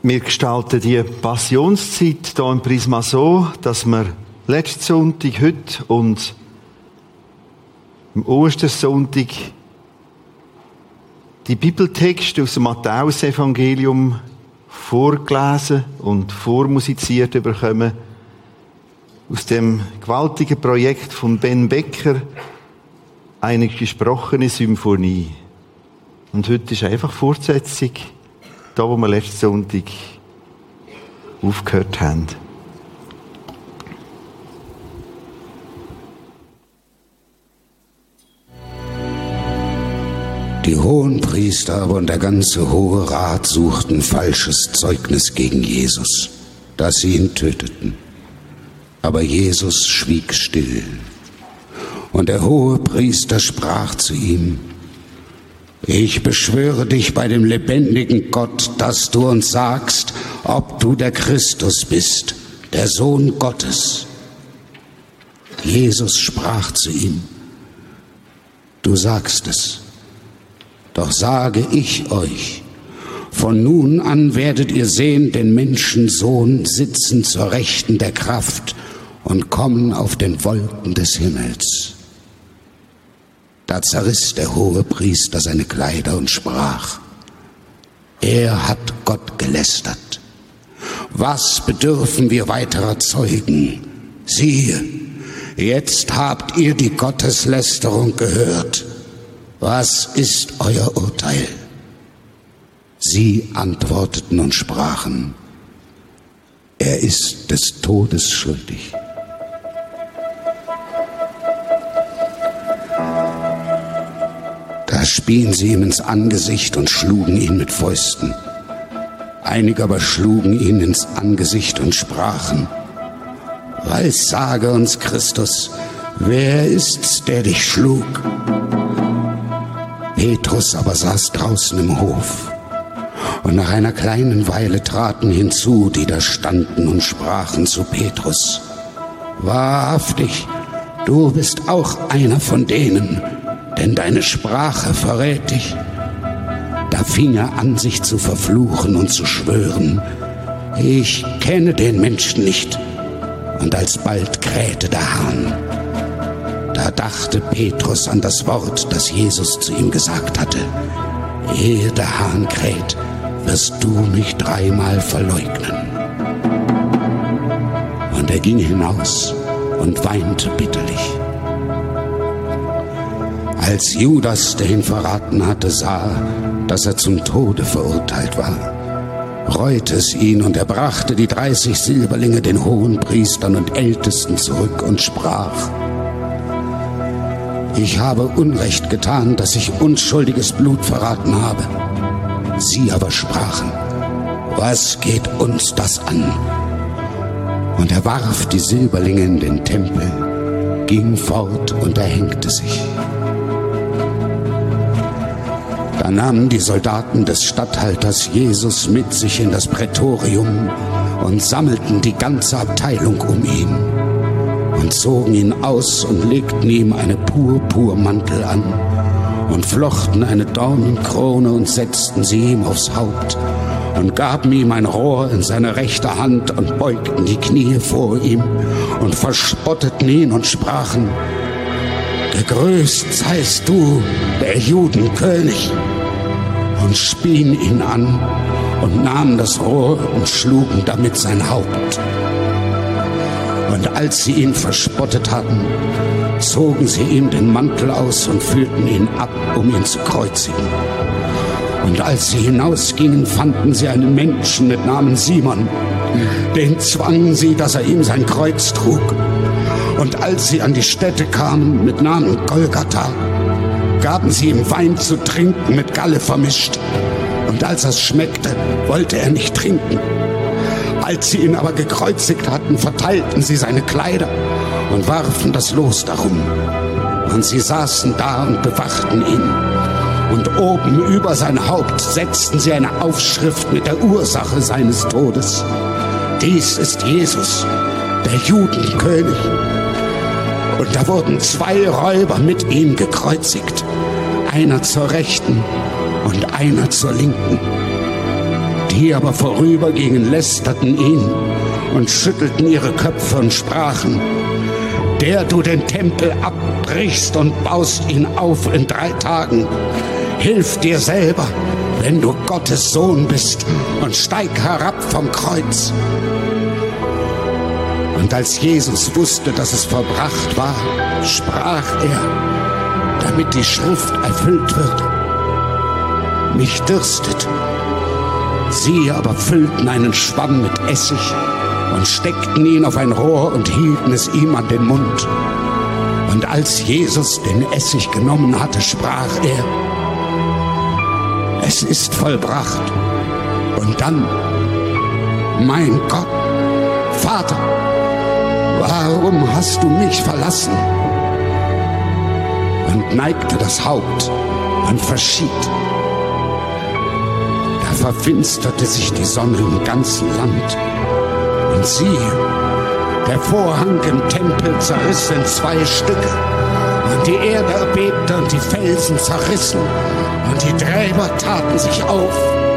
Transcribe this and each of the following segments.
Wir gestalten die Passionszeit hier im Prisma so, dass wir letzten Sonntag, heute und am Ostersonntag die Bibeltexte aus dem Matthäus-Evangelium vorgelesen und vormusiziert bekommen. Aus dem gewaltigen Projekt von Ben Becker, eine gesprochene Symphonie. Und heute ist einfach Fortsetzung, da wo wir letzten Sonntag aufgehört haben. Die Hohenpriester aber und der ganze Hohe Rat suchten falsches Zeugnis gegen Jesus, dass sie ihn töteten. Aber Jesus schwieg still. Und der Hohepriester sprach zu ihm: Ich beschwöre dich bei dem lebendigen Gott, dass du uns sagst, ob du der Christus bist, der Sohn Gottes. Jesus sprach zu ihm: Du sagst es. Doch sage ich euch, von nun an werdet ihr sehen den Menschensohn sitzen zur Rechten der Kraft und kommen auf den Wolken des Himmels. Da zerriss der Hohepriester seine Kleider und sprach: Er hat Gott gelästert. Was bedürfen wir weiterer Zeugen? Siehe, jetzt habt ihr die Gotteslästerung gehört. Was ist euer Urteil? Sie antworteten und sprachen: Er ist des Todes schuldig. Da spien sie ihm ins Angesicht und schlugen ihn mit Fäusten. Einige aber schlugen ihn ins Angesicht und sprachen: Weissage uns, Christus, wer ist's, der dich schlug? Petrus aber saß draußen im Hof. Und nach einer kleinen Weile traten hinzu, die da standen und sprachen zu Petrus: Wahrhaftig, du bist auch einer von denen, denn deine Sprache verrät dich. Da fing er an, sich zu verfluchen und zu schwören: Ich kenne den Menschen nicht. Und alsbald krähte der Hahn. Da dachte Petrus an das Wort, das Jesus zu ihm gesagt hatte: Ehe der Hahn kräht, wirst du mich 3-mal verleugnen. Und er ging hinaus und weinte bitterlich. Als Judas, der ihn verraten hatte, sah, dass er zum Tode verurteilt war, reute es ihn, und er brachte die 30 Silberlinge den Hohenpriestern und Ältesten zurück und sprach: Ich habe Unrecht getan, dass ich unschuldiges Blut verraten habe. Sie aber sprachen: Was geht uns das an? Und er warf die Silberlinge in den Tempel, ging fort und erhängte sich. Da nahmen die Soldaten des Statthalters Jesus mit sich in das Prätorium und sammelten die ganze Abteilung um ihn und zogen ihn aus und legten ihm eine Purpurmantel an und flochten eine Dornenkrone und setzten sie ihm aufs Haupt und gaben ihm ein Rohr in seine rechte Hand und beugten die Knie vor ihm und verspotteten ihn und sprachen: Gegrüßt seist du, der Judenkönig, und spien ihn an und nahmen das Rohr und schlugen damit sein Haupt. Und als sie ihn verspottet hatten, zogen sie ihm den Mantel aus und führten ihn ab, um ihn zu kreuzigen. Und als sie hinausgingen, fanden sie einen Menschen mit Namen Simon. Den zwangen sie, dass er ihm sein Kreuz trug. Und als sie an die Stätte kamen mit Namen Golgatha, gaben sie ihm Wein zu trinken mit Galle vermischt. Und als es schmeckte, wollte er nicht trinken. Als sie ihn aber gekreuzigt hatten, verteilten sie seine Kleider und warfen das Los darum. Und sie saßen da und bewachten ihn. Und oben über sein Haupt setzten sie eine Aufschrift mit der Ursache seines Todes: Dies ist Jesus, der Judenkönig. Und da wurden 2 Räuber mit ihm gekreuzigt, einer zur Rechten und einer zur Linken. Die aber vorübergingen, lästerten ihn und schüttelten ihre Köpfe und sprachen: Der du den Tempel abbrichst und baust ihn auf in 3 Tagen, hilf dir selber, wenn du Gottes Sohn bist, und steig herab vom Kreuz. Und als Jesus wusste, dass es vollbracht war, sprach er, damit die Schrift erfüllt wird: Mich dürstet. Sie aber füllten einen Schwamm mit Essig und steckten ihn auf ein Rohr und hielten es ihm an den Mund. Und als Jesus den Essig genommen hatte, sprach er: Es ist vollbracht. Und dann: Mein Gott, Vater, warum hast du mich verlassen? Und neigte das Haupt und verschied. Da verfinsterte sich die Sonne im ganzen Land. Und siehe, der Vorhang im Tempel zerriss in 2 Stücke. Und die Erde erbebte und die Felsen zerrissen. Und die Gräber taten sich auf.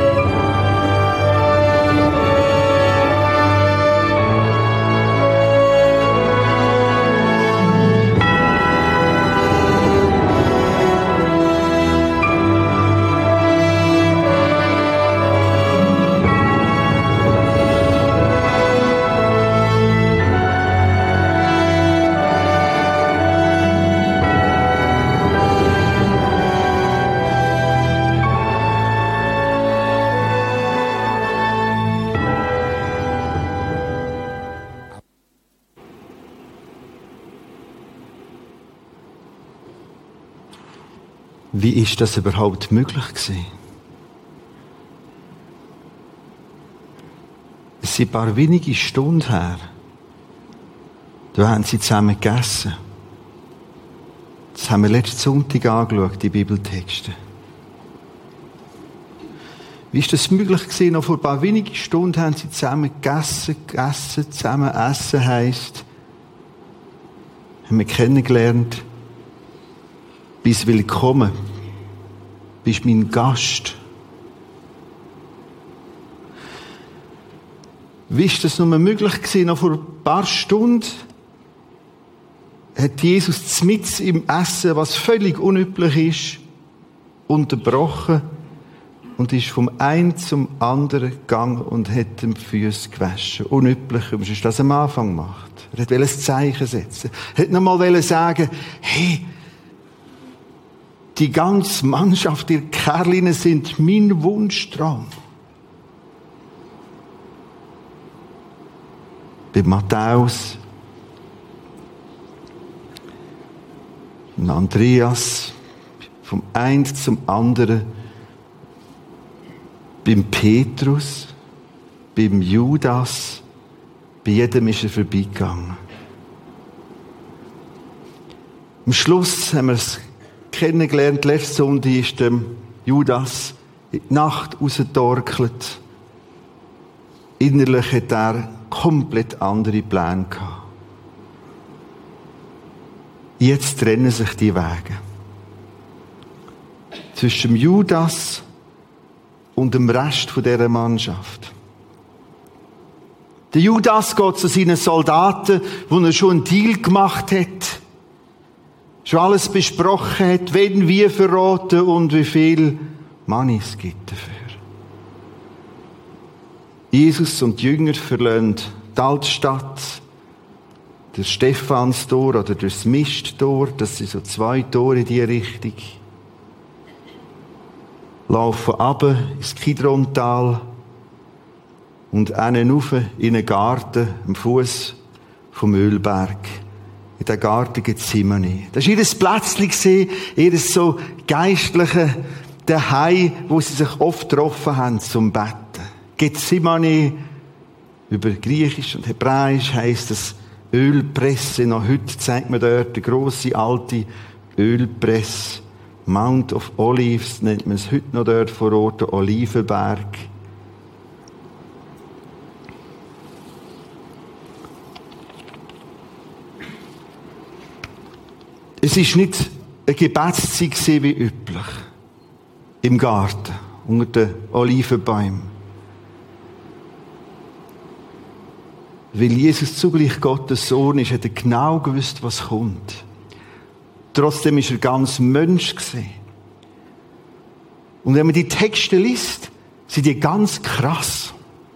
Wie ist das überhaupt möglich gewesen? Es sind ein paar wenige Stunden her. Da haben sie zusammen gegessen. Das haben wir letzten Sonntag angeschaut, die Bibeltexte. Wie ist das möglich gewesen? Noch vor ein paar wenigen Stunden haben sie zusammen gegessen. Zusammen essen heisst, haben wir kennengelernt, bist willkommen, bist mein Gast. Wie ist das nur möglich gewesen? Noch vor ein paar Stunden hat Jesus mitten im Essen, was völlig unüblich ist, unterbrochen und ist vom einen zum anderen gegangen und hat ihm die Füße gewaschen. Unüblich, wie man das am Anfang macht. Er wollte ein Zeichen setzen. Er wollte nochmal sagen, hey, die ganze Mannschaft, die Kerlinnen sind mein Wunschtraum. Bei Matthäus, Andreas, vom einen zum anderen, beim Petrus, beim Judas, bei jedem ist er vorbeigegangen. Am Schluss haben wir es kennengelernt, letzte Sonntag ist dem Judas in die Nacht rausgetorkelt. Innerlich hat er komplett andere Pläne gehabt. Jetzt trennen sich die Wege. Zwischen dem Judas und dem Rest dieser Mannschaft. Der Judas geht zu seinen Soldaten, wo er schon einen Deal gemacht hat, schon alles besprochen hat, wen wir verraten und wie viel Money es gibt dafür. Jesus und die Jünger verlassen die Altstadt, das Stephanstor oder das Misttor, das sind so 2 Tore in diese Richtung, laufen runter ins Kidrontal und einen rauf in einen Garten am Fuß vom Ölberg. In diesem Garten Gethsemane. Das war ihr Plätzchen, ihr so geistliche Daheim, wo sie sich oft getroffen haben zum Betten. Gethsemane, über Griechisch und Hebräisch heisst das Ölpresse. Noch heute zeigt man dort die grosse alte Ölpresse. Mount of Olives nennt man es heute noch dort vor Ort, der Olivenberg. Es war nicht eine Gebetszeit wie üblich. Im Garten, unter den Olivenbäumen. Weil Jesus zugleich Gottes Sohn ist, hat er genau gewusst, was kommt. Trotzdem ist er ganz Mensch gewesen. Und wenn man die Texte liest, sind die ganz krass.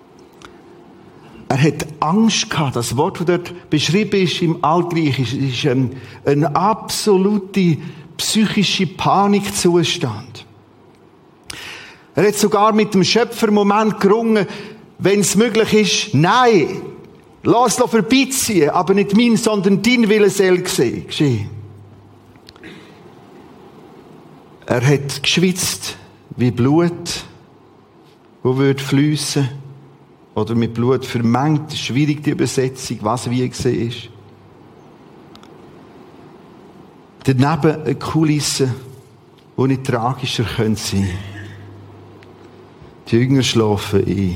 Er hat Angst gehabt. Das Wort, das dort beschrieben ist im Altgriechischen, ist ein absolute psychische Panikzustand. Er hat sogar mit dem Schöpfermoment gerungen, wenn es möglich ist, nein, lass es vorbeiziehen, aber nicht mein, sondern dein Wille soll geschehen. Er hat geschwitzt wie Blut, wo würde fliessen, oder mit Blut vermengt. Schwierig die Übersetzung, was wie gesehen ist. Daneben eine Kulisse, die nicht tragischer sein könnte. Die Jünger schlafen ein.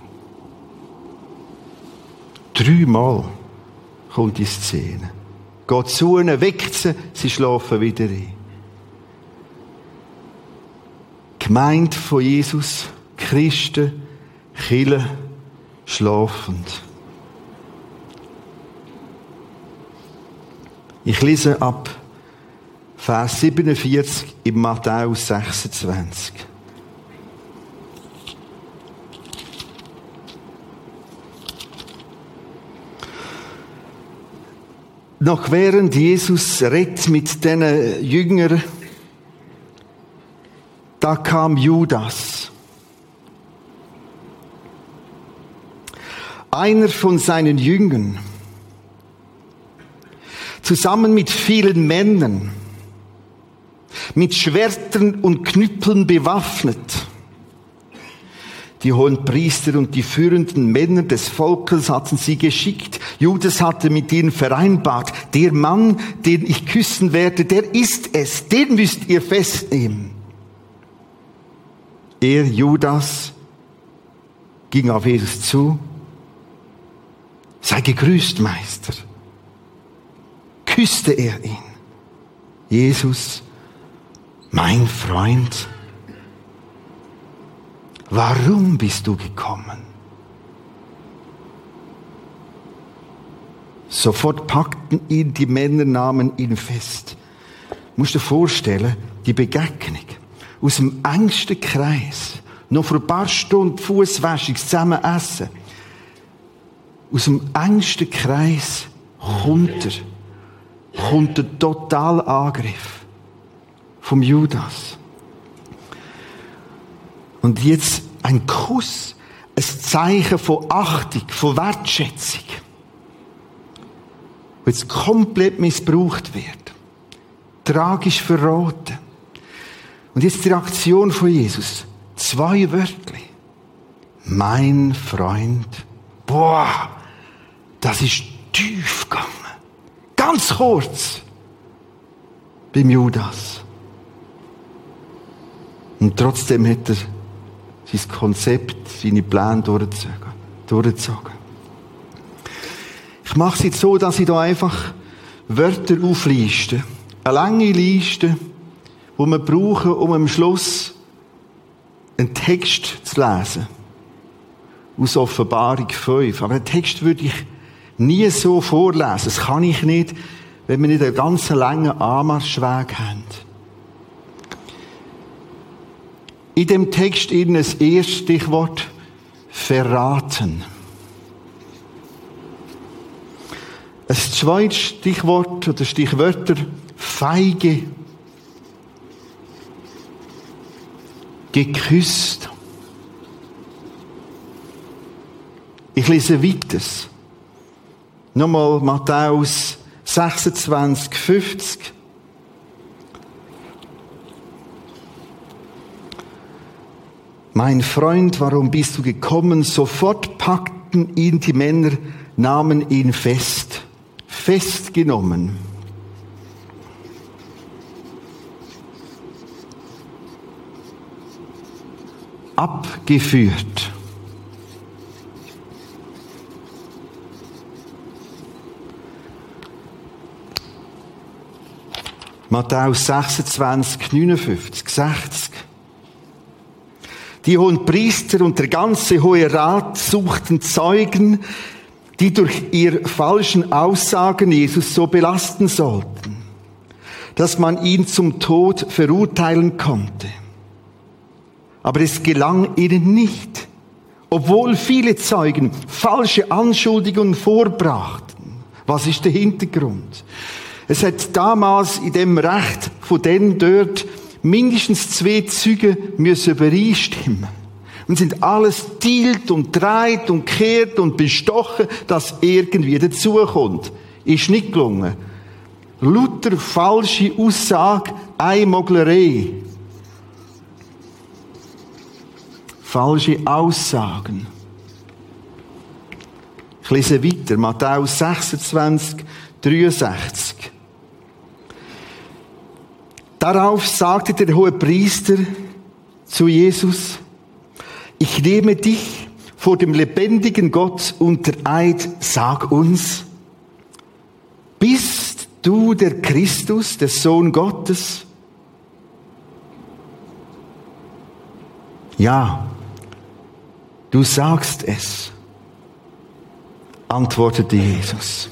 3-mal kommt die Szene. Geht zu ihnen, weckt sie schlafen wieder ein. Gemeinde von Jesus, Christen, Kirche, schlafend. Ich lese ab Vers 47 in Matthäus 26. Noch während Jesus redet mit den Jüngern, da kam Judas, einer von seinen Jüngern, zusammen mit vielen Männern, mit Schwertern und Knüppeln bewaffnet. Die Hohenpriester und die führenden Männer des Volkes hatten sie geschickt. Judas hatte mit ihnen vereinbart, der Mann, den ich küssen werde, der ist es, den müsst ihr festnehmen. Er, Judas, ging auf Jesus zu. Sei gegrüßt, Meister. Küsste er ihn. Jesus, mein Freund, warum bist du gekommen? Sofort packten ihn die Männer, nahmen ihn fest. Du musst dir vorstellen, die Begegnung aus dem engsten Kreis, noch vor ein paar Stunden Fußwäschung zusammen essen. Aus dem engsten Kreis kommt der totale Angriff vom Judas. Und jetzt ein Kuss, ein Zeichen von Achtung, von Wertschätzung, das jetzt komplett missbraucht wird. Tragisch verraten. Und jetzt die Reaktion von Jesus. 2 Wörter. Mein Freund. Boah, das ist tief gegangen. Ganz kurz. Beim Judas. Und trotzdem hat er sein Konzept, seine Pläne durchgezogen. Ich mache es jetzt so, dass ich da einfach Wörter aufliste. Eine lange Liste, die wir brauchen, um am Schluss einen Text zu lesen. Aus Offenbarung 5. Aber einen Text würde ich nie so vorlesen. Das kann ich nicht, wenn wir nicht einen ganz langen Anmarschweg haben. In dem Text ein erstes Stichwort verraten. Ein zweites Stichwort oder Stichwörter feige, geküsst. Ich lese weiter. Nochmal Matthäus 26, 50. Mein Freund, warum bist du gekommen? Sofort packten ihn die Männer, nahmen ihn festgenommen. Abgeführt. Matthäus 26, 59, 60. Die Hohenpriester und der ganze Hohe Rat suchten Zeugen, die durch ihre falschen Aussagen Jesus so belasten sollten, dass man ihn zum Tod verurteilen konnte. Aber es gelang ihnen nicht, obwohl viele Zeugen falsche Anschuldigungen vorbrachten. Was ist der Hintergrund? Es hat damals in dem Recht von denen dort mindestens 2 Zeugen müssen übereinstimmen. Und sind alles dealt und dreht und kehrt und bestochen, dass irgendwie dazukommt. Ist nicht gelungen. Lauter falsche Aussage, Einmoglerei. Falsche Aussagen. Ich lese weiter, Matthäus 26, 63. Darauf sagte der Hohepriester zu Jesus: Ich nehme dich vor dem lebendigen Gott unter Eid, sag uns, bist du der Christus, der Sohn Gottes? Ja, du sagst es, antwortete Jesus.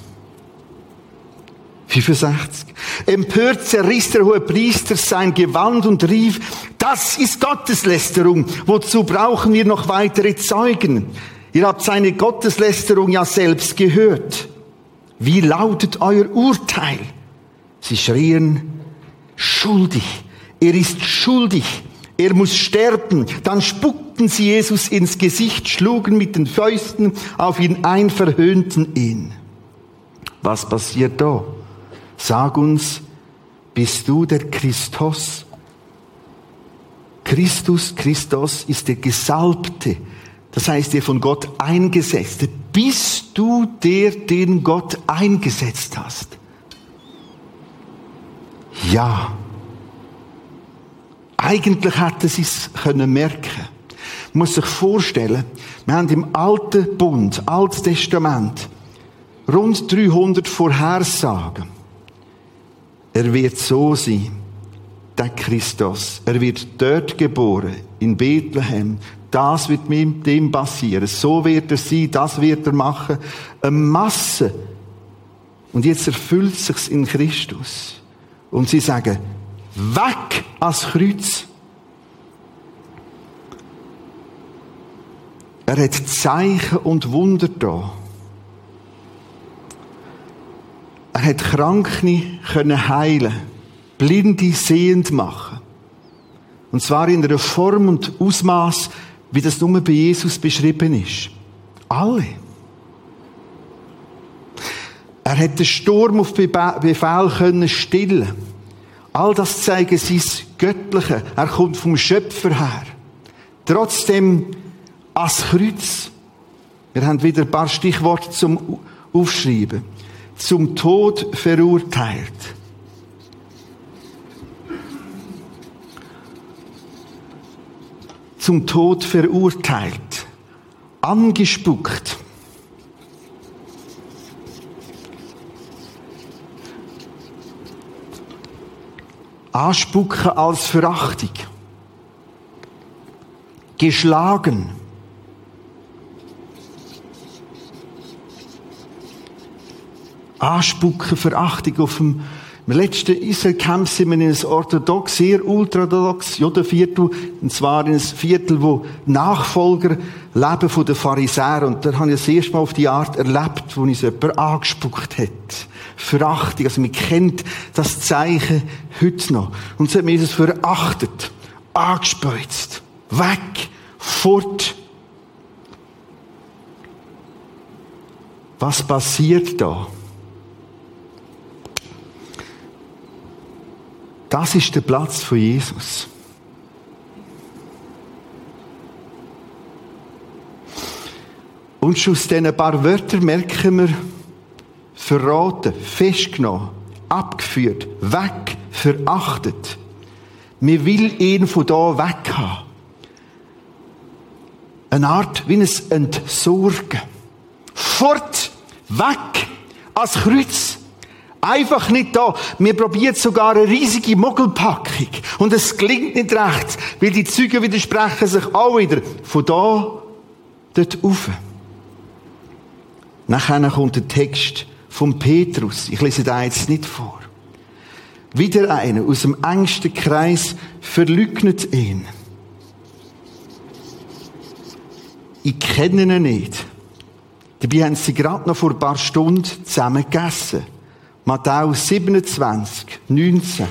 65. Empört zerriss der Hohepriester sein Gewand und rief: Das ist Gotteslästerung. Wozu brauchen wir noch weitere Zeugen? Ihr habt seine Gotteslästerung ja selbst gehört. Wie lautet euer Urteil? Sie schrien: Schuldig. Er ist schuldig. Er muss sterben. Dann spuckten sie Jesus ins Gesicht, schlugen mit den Fäusten auf ihn ein, verhöhnten ihn. Was passiert da? Sag uns, bist du der Christus? Christus ist der Gesalbte. Das heißt, der von Gott Eingesetzte. Bist du der, den Gott eingesetzt hast? Ja. Eigentlich hätte sie es merken können. Man muss sich vorstellen, wir haben im Alten Bund, Altes Testament, rund 300 Vorhersagen. Er wird so sein, der Christus. Er wird dort geboren, in Bethlehem. Das wird mit dem passieren. So wird er sein, das wird er machen. Eine Masse. Und jetzt erfüllt sich's in Christus. Und sie sagen: Weg ans Kreuz. Er hat Zeichen und Wunder da. Er hat Kranke können heilen, Blinde sehend machen. Und zwar in einer Form und Ausmaß, wie das nur bei Jesus beschrieben ist. Alle. Er hat den Sturm auf Befehl können stillen. All das zeigen sein Göttliche. Er kommt vom Schöpfer her. Trotzdem ans Kreuz. Wir haben wieder ein paar Stichworte zum Aufschreiben. Zum Tod verurteilt. Zum Tod verurteilt. Angespuckt. Anspucken als Verachtung. Geschlagen. Anspucken, Verachtung auf dem letzten Israel-Camp sind wir in ein orthodox, sehr ultraorthodox Judenviertel, und zwar in ein Viertel, wo Nachfolger leben von den Pharisäern. Und da habe ich das erste Mal auf die Art erlebt, wo uns jemand angespuckt hat. Verachtung, also man kennt das Zeichen heute noch. Und so hat man Jesus verachtet, angespeuzt, weg, fort. Was passiert da? Das ist der Platz von Jesus. Und schon aus diesen paar Wörtern merken wir, verraten, festgenommen, abgeführt, weg, verachtet. Man will ihn von da weg haben. Eine Art wie ein Entsorgen. Fort, weg, ans Kreuz. Einfach nicht da. Wir probieren sogar eine riesige Mogelpackung. Und es gelingt nicht recht, weil die Zeugen widersprechen sich auch wieder. Von da, dort rauf. Nachher kommt der Text von Petrus. Ich lese da jetzt nicht vor. Wieder einer aus dem engsten Kreis verleugnet ihn. Ich kenne ihn nicht. Dabei haben sie gerade noch vor ein paar Stunden zusammen gegessen. Matthäus 27, 19.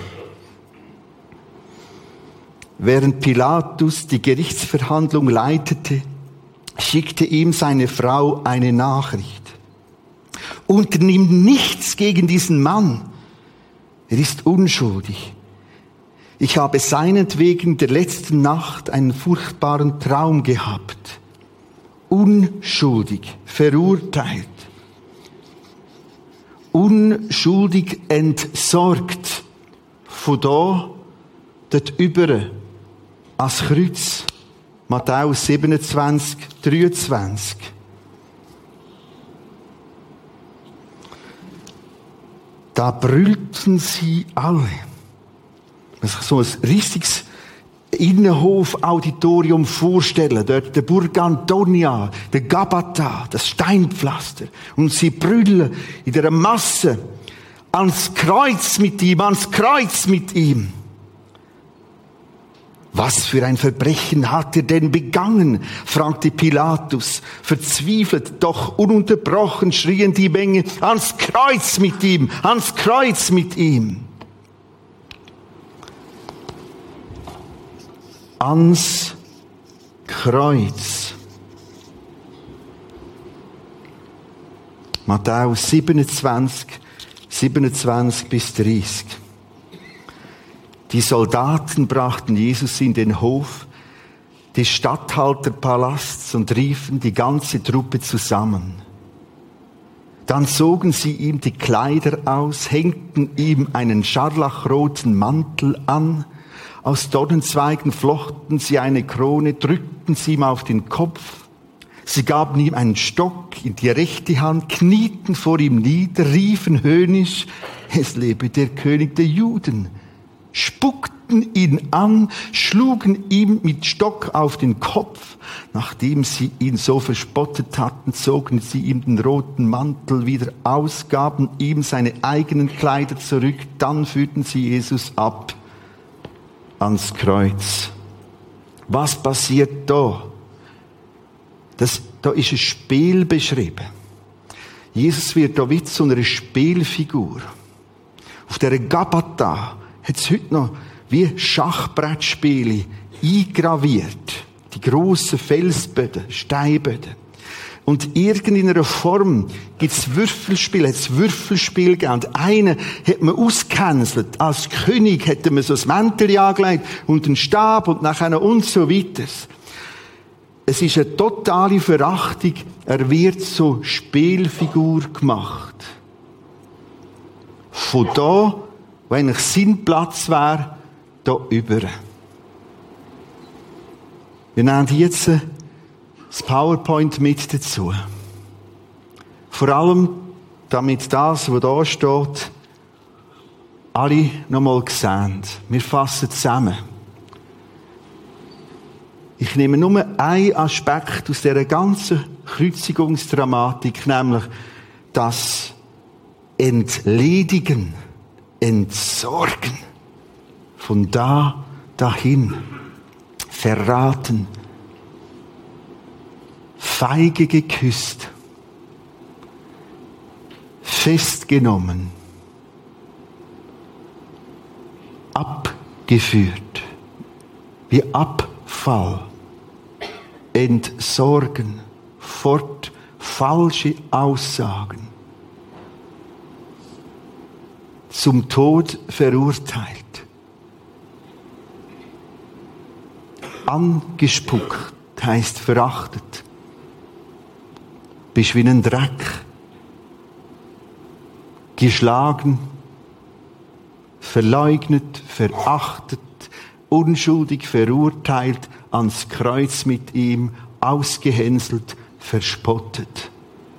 Während Pilatus die Gerichtsverhandlung leitete, schickte ihm seine Frau eine Nachricht. Unternimm nichts gegen diesen Mann. Er ist unschuldig. Ich habe seinetwegen der letzten Nacht einen furchtbaren Traum gehabt. Unschuldig verurteilt. Unschuldig entsorgt. Von da, dort über, ans Kreuz. Matthäus 27, 23. Da brüllten sie alle. Man sich so ein riesiges Innenhof-Auditorium vorstellen. Dort der Burg Antonia, der Gabata, das Steinpflaster. Und sie brüllen in der Masse ans Kreuz mit ihm, ans Kreuz mit ihm. Was für ein Verbrechen hat er denn begangen? Fragte Pilatus. Verzweifelt, doch ununterbrochen schrien die Menge, ans Kreuz mit ihm, ans Kreuz mit ihm. Ans Kreuz. Matthäus 27, 27 bis 30. Die Soldaten brachten Jesus in den Hof des Statthalterpalasts und riefen die ganze Truppe zusammen. Dann zogen sie ihm die Kleider aus, hängten ihm einen scharlachroten Mantel an, aus Dornenzweigen flochten sie eine Krone, drückten sie ihm auf den Kopf. Sie gaben ihm einen Stock in die rechte Hand, knieten vor ihm nieder, riefen höhnisch, es lebe der König der Juden. Spuckten ihn an, schlugen ihm mit Stock auf den Kopf. Nachdem sie ihn so verspottet hatten, zogen sie ihm den roten Mantel wieder aus, gaben ihm seine eigenen Kleider zurück. Dann führten sie Jesus ab ans Kreuz. Was passiert da? Da ist ein Spiel beschrieben. Jesus wird da wie zu einer Spielfigur. Auf der Gabata hat es heute noch wie Schachbrettspiele eingraviert. Die grossen Felsböden, Steinböden. Und irgendeiner Form gibt es Würfelspiele, hat es Würfelspiel gegeben. Und einen hat man ausgehänselt. Als König hätte man so ein Mäntel angelegt und einen Stab und nachher und so weiter. Es ist eine totale Verachtung. Er wird zur Spielfigur gemacht. Von da, wo eigentlich sein Platz wäre, da über. Wir nehmen jetzt das PowerPoint mit dazu. Vor allem, damit das, was da steht, alle nochmal sehen. Wir fassen zusammen. Ich nehme nur einen Aspekt aus dieser ganzen Kreuzigungsdramatik, nämlich das Entledigen, Entsorgen. Von da dahin. Verraten. Feige geküsst. Festgenommen. Abgeführt. Wie Abfall. Entsorgen. Fort falsche Aussagen. Zum Tod verurteilt. Angespuckt heisst verachtet. Bist wie ein Dreck. Geschlagen, verleugnet, verachtet, unschuldig verurteilt, ans Kreuz mit ihm, ausgehänselt, verspottet.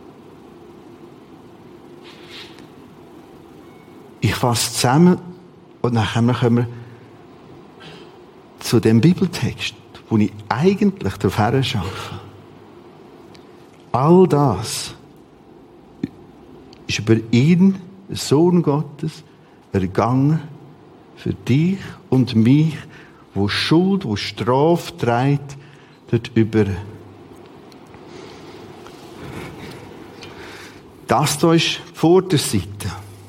Ich fasse zusammen und nachher kommen wir zu dem Bibeltext, wo ich eigentlich darauf herschaffe. All das ist über ihn, der Sohn Gottes, ergangen für dich und mich, wo Schuld, wo Strafe trägt, dort über. Das hier ist die Vorderseite.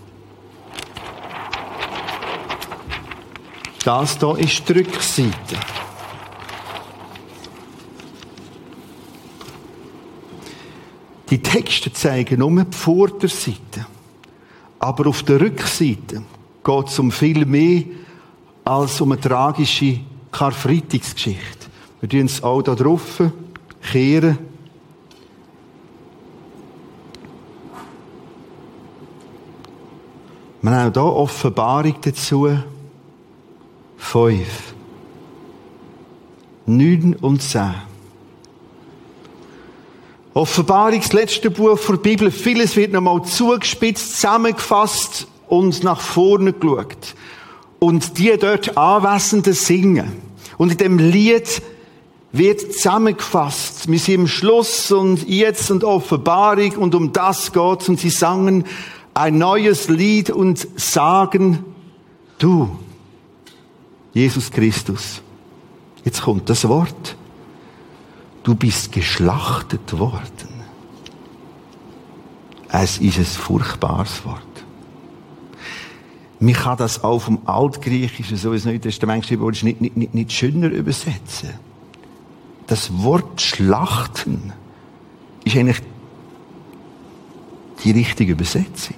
Das hier ist die Rückseite. Die Texte zeigen nur die Vorderseite. Aber auf der Rückseite geht es um viel mehr als um eine tragische Karfreitagsgeschichte. Wir kehren es auch hier drauf kehren. Wir haben auch hier Offenbarung dazu. 5, 9 und 10. Offenbarung, das letzte Buch der Bibel. Vieles wird nochmal zugespitzt, zusammengefasst und nach vorne geschaut. Und die dort Anwesenden singen. Und in dem Lied wird zusammengefasst. Wir sind im Schluss und jetzt und Offenbarung und um das geht's. Und sie sangen ein neues Lied und sagen, du, Jesus Christus. Jetzt kommt das Wort. Du bist geschlachtet worden. Es ist ein furchtbares Wort. Man kann das auch vom Altgriechischen, so wie es Neue Testament geschrieben wurde, nicht schöner übersetzen. Das Wort schlachten ist eigentlich die richtige Übersetzung.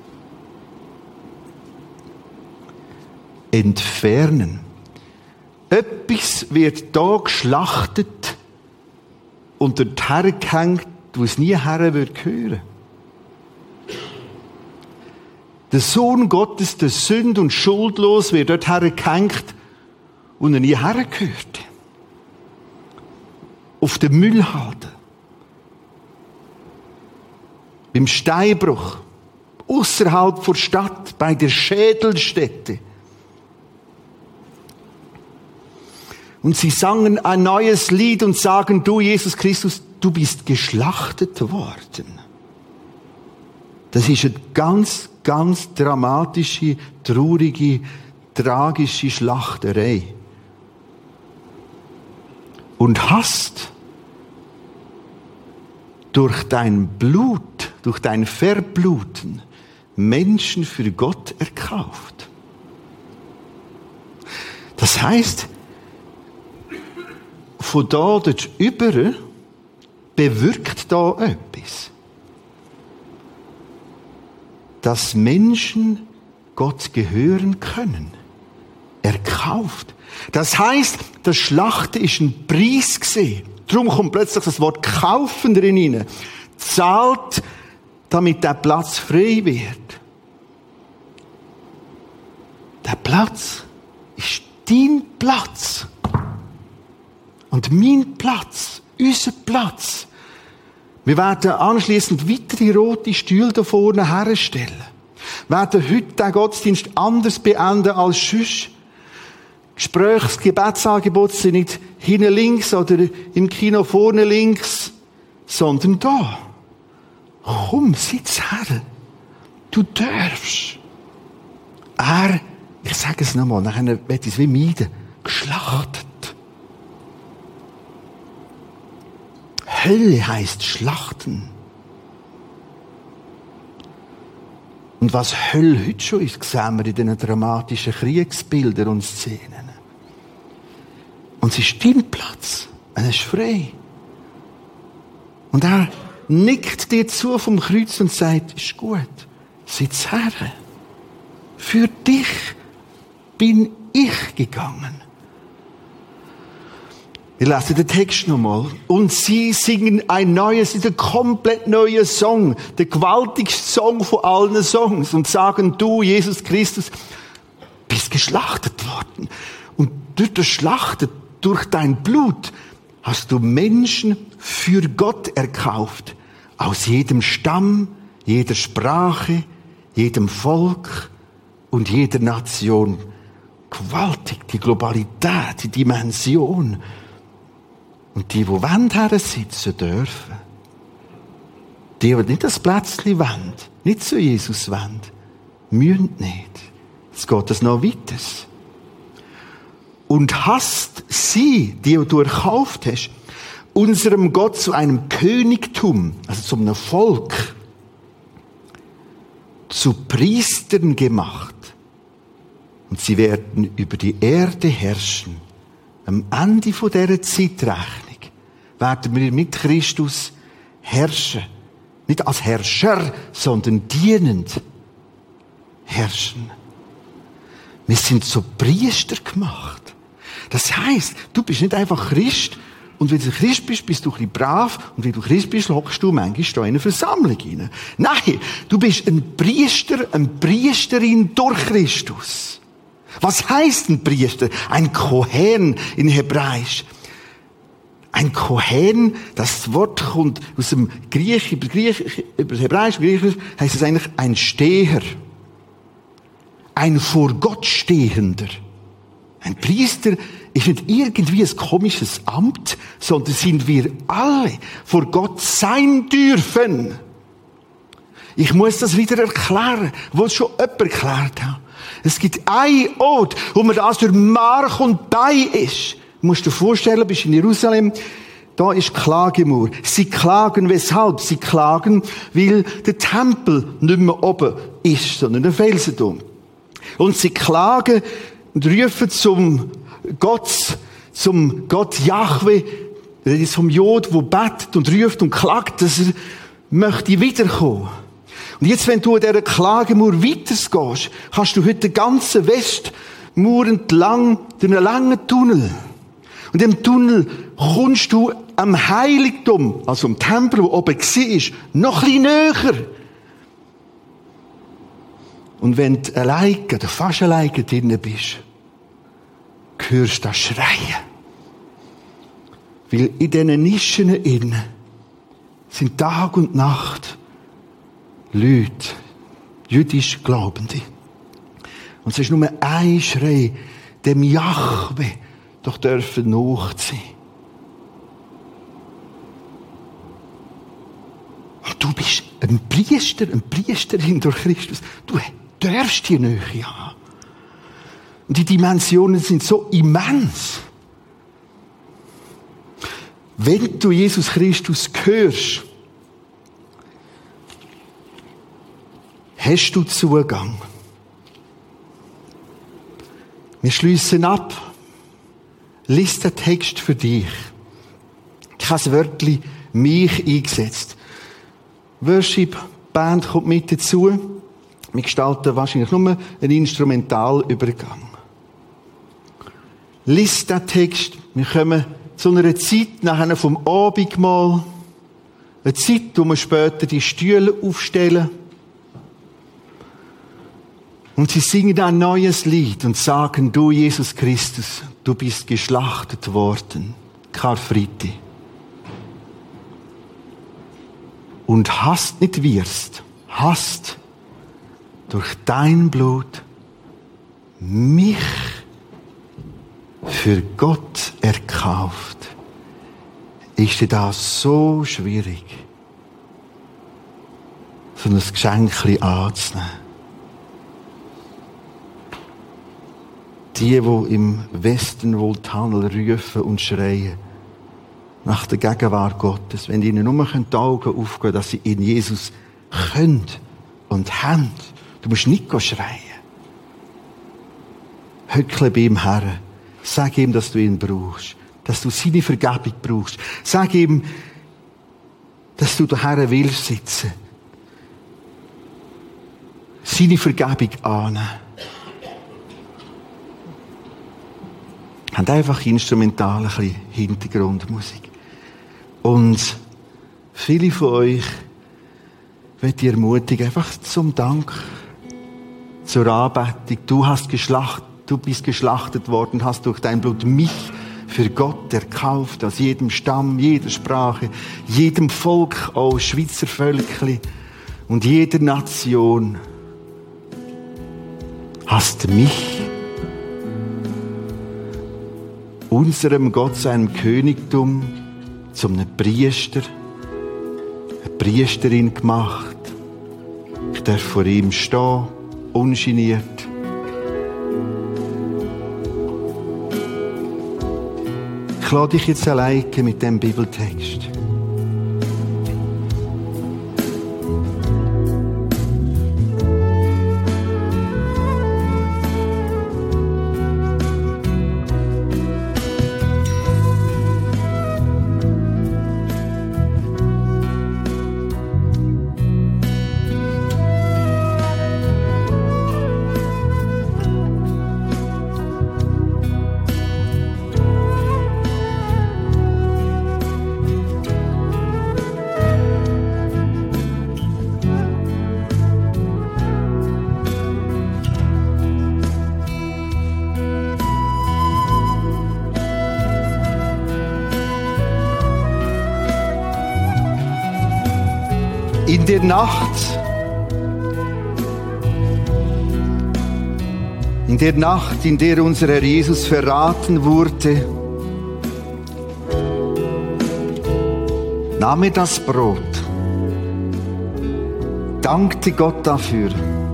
Entfernen. Etwas wird da geschlachtet und dort hergehängt, wo es nie her wird gehören. Der Sohn Gottes, der sünd- und schuldlos, wird dort hergehängt, wo er nie hergehört. Auf der Müllhalde. Beim Steinbruch. Ausserhalb der Stadt, bei der Schädelstätte. Und sie sangen ein neues Lied und sagen, du, Jesus Christus, du bist geschlachtet worden. Das ist eine ganz, ganz dramatische, traurige, tragische Schlachterei. Und hast durch dein Blut, durch dein Verbluten Menschen für Gott erkauft. Das heißt, von da dort über bewirkt da etwas. Dass Menschen Gott gehören können. Erkauft. Das heisst, das Schlachten ist ein Preis gewesen. Darum kommt plötzlich das Wort kaufen drin hinein. Zahlt, damit der Platz frei wird. Der Platz ist dein Platz. Und mein Platz, unser Platz. Wir werden anschliessend weitere rote Stühle da vorne herstellen. Wir werden heute den Gottesdienst anders beenden als sonst. Gesprächs-, Gebetsangebote sind nicht hinten links oder im Kino vorne links, sondern da. Komm, sitz her. Du darfst. Ich sage es nochmal, nachher wird es wie meiden, geschlachtet. Hölle heisst Schlachten. Und was Hölle heute schon ist, sehen wir in diesen dramatischen Kriegsbildern und Szenen. Und es ist dein Platz. Er ist frei. Und er nickt dir zu vom Kreuz und sagt, ist gut, sitz her. Für dich bin ich gegangen. Wir lesen den Text nochmal. Und sie singen ein neues, ein komplett neuer Song. Der gewaltigste Song von allen Songs. Und sagen, du, Jesus Christus, bist geschlachtet worden. Und durch das Schlachten, durch dein Blut, hast du Menschen für Gott erkauft. Aus jedem Stamm, jeder Sprache, jedem Volk und jeder Nation. Gewaltig, die Globalität, die Dimension. Und die wollen her sitzen dürfen. Die nicht das Plätzchen wollen, nicht zu Jesus wollen, müssen nicht. Jetzt geht es noch weiter. Und hast sie, die du erkauft hast, unserem Gott zu einem Königtum, also zu einem Volk, zu Priestern gemacht. Und sie werden über die Erde herrschen. Am Ende dieser Zeitrechnung werden wir mit Christus herrschen. Nicht als Herrscher, sondern dienend herrschen. Wir sind so Priester gemacht. Das heisst, du bist nicht einfach Christ, und wenn du Christ bist, bist du ein bisschen brav, und wenn du Christ bist, hockst du manchmal in eine Versammlung rein. Nein, du bist ein Priester, eine Priesterin durch Christus. Was heisst ein Priester? Ein Kohen in Hebräisch. Ein Kohen, das Wort kommt aus dem über Hebräisch, heisst es eigentlich ein Steher. Ein vor Gott Stehender. Ein Priester ist nicht irgendwie ein komisches Amt, sondern sind wir alle vor Gott sein dürfen. Ich muss das wieder erklären, wo es schon jemand erklärt hat. Es gibt einen Ort, wo man das durch Mark und Bein ist. Du musst dir vorstellen, du bist in Jerusalem, da ist Klagemauer. Sie klagen, weshalb? Sie klagen, weil der Tempel nicht mehr oben ist, sondern ein Felsenturm. Und sie klagen und rufen zum Gott Jahwe, das ist vom Jod, der betet und ruft und klagt, dass er möchte wiederkommen. Und jetzt, wenn du an dieser Klagemauer weitergehst, kannst du heute den ganzen Westmauer entlang durch einen langen Tunnel. Und im Tunnel kommst du am Heiligtum, also am Tempel, der oben war, noch ein bisschen näher. Und wenn du alleine oder fast alleine drinnen bist, hörst du das Schreien. Weil in diesen Nischen innen sind Tag und Nacht Leute, jüdisch Glaubende. Und es ist nur ein Schrei, dem Jahwe doch dürfen nachziehen. Und du bist ein Priester, eine Priesterin durch Christus. Du darfst die Nähe haben. Und die Dimensionen sind so immens. Wenn du Jesus Christus hörst, hast du Zugang. Wir schliessen ab. Lies den Text für dich. Ich habe das Wörtchen mich eingesetzt. Worship Band kommt mit dazu. Wir gestalten wahrscheinlich nur einen Instrumentalübergang. Lies den Text. Wir kommen zu einer Zeit nachher vom Abendmahl. Eine Zeit, wo wir später die Stühle aufstellen. Und sie singen ein neues Lied und sagen, du Jesus Christus, du bist geschlachtet worden. Karfreitag. Und hast, nicht wirst, hast durch dein Blut mich für Gott erkauft. Ist dir das so schwierig, so ein Geschenkchen anzunehmen? Die im Westen wohl Tunnel rufen und schreien nach der Gegenwart Gottes, wenn ihnen nur die Augen aufgehen, dass sie in Jesus können und haben. Du musst nicht schreien. Höckle bei ihm her. Sag ihm, dass du ihn brauchst. Dass du seine Vergebung brauchst. Sag ihm, dass du daher willst sitzen. Seine Vergebung annehmen. Haben einfach instrumental ein bisschen Hintergrundmusik. Und viele von euch möchte ich ermutigen, einfach zum Dank, zur Anbetung. Du bist geschlachtet worden, hast durch dein Blut mich für Gott erkauft, aus jedem Stamm, jeder Sprache, jedem Volk, auch Schweizer Völkli und jeder Nation. Hast mich unserem Gott, seinem Königtum, zum Priester, eine Priesterin gemacht. Ich darf vor ihm stehen, ungeniert. Ich lade dich jetzt alleine mit dem Bibeltext. In der Nacht, in der unser Herr Jesus verraten wurde, nahm er das Brot, dankte Gott dafür,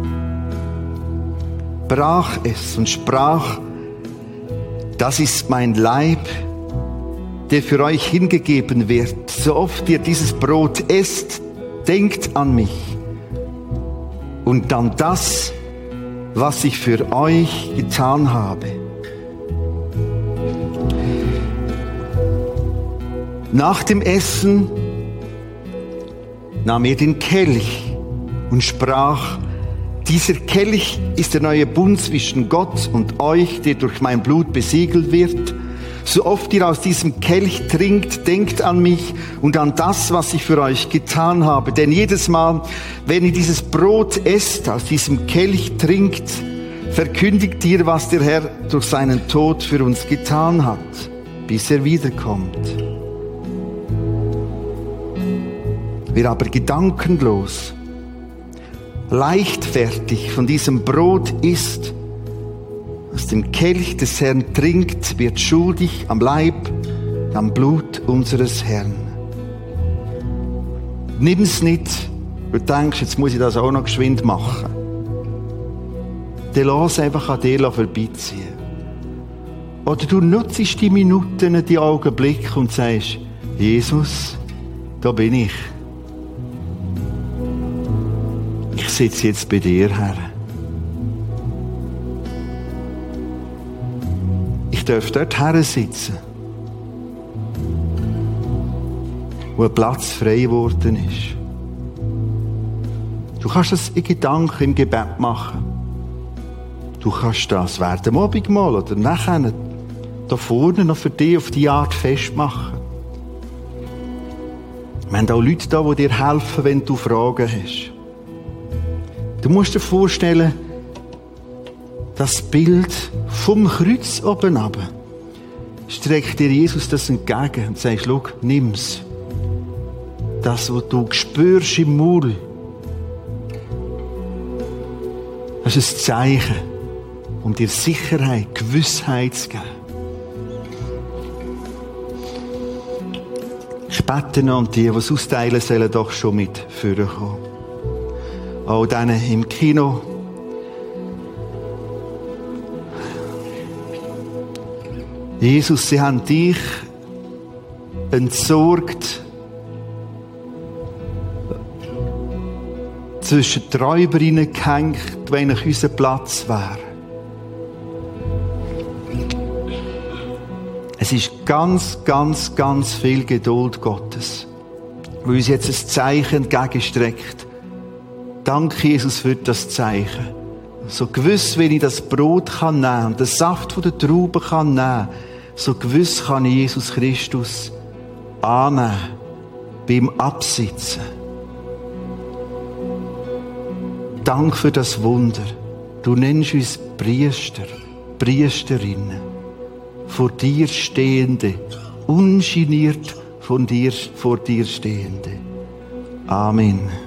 brach es und sprach: Das ist mein Leib, der für euch hingegeben wird. So oft ihr dieses Brot esst, denkt an mich und an das, was ich für euch getan habe. Nach dem Essen nahm er den Kelch und sprach: Dieser Kelch ist der neue Bund zwischen Gott und euch, der durch mein Blut besiegelt wird. So oft ihr aus diesem Kelch trinkt, denkt an mich und an das, was ich für euch getan habe. Denn jedes Mal, wenn ihr dieses Brot esst, aus diesem Kelch trinkt, verkündigt ihr, was der Herr durch seinen Tod für uns getan hat, bis er wiederkommt. Wer aber gedankenlos, leichtfertig von diesem Brot isst, aus dem Kelch des Herrn trinkt, wird schuldig am Leib, am Blut unseres Herrn. Nimm es nicht, weil du denkst, jetzt muss ich das auch noch geschwind machen. Dann lass einfach an dir vorbeiziehen. Oder du nutzt die Minuten, die Augenblicke und sagst: Jesus, da bin ich. Ich sitze jetzt bei dir, Herr. Ich darf dort her sitzen, wo ein Platz frei geworden ist. Du kannst das in Gedanken im Gebet machen. Du kannst das während dem Abendmahl oder nachher da vorne noch für dich auf die Art festmachen. Wir haben auch Leute da, die dir helfen, wenn du Fragen hast. Du musst dir vorstellen, das Bild vom Kreuz oben runter streckt dir Jesus das entgegen und sagt: Schau, nimm's. Das, was du spürst im Maul, das ist ein Zeichen, um dir Sicherheit, Gewissheit zu geben. Ich bete noch an die, die es austeilen sollen, doch schon mit vorkommen. Auch denen im Kino. Jesus, sie haben dich entsorgt zwischen die Räuber hineingehängt, wo eigentlich unser Platz wäre. Es ist ganz, ganz, ganz viel Geduld Gottes, wo uns jetzt ein Zeichen entgegenstreckt. Danke, Jesus, für das Zeichen. So gewiss, wenn ich das Brot kann nehmen und den Saft von der Trauben kann nehmen, so gewiss kann ich Jesus Christus annehmen beim Absitzen. Danke für das Wunder. Du nennst uns Priester, Priesterinnen, vor dir Stehende, ungeniert vor dir Stehende. Amen.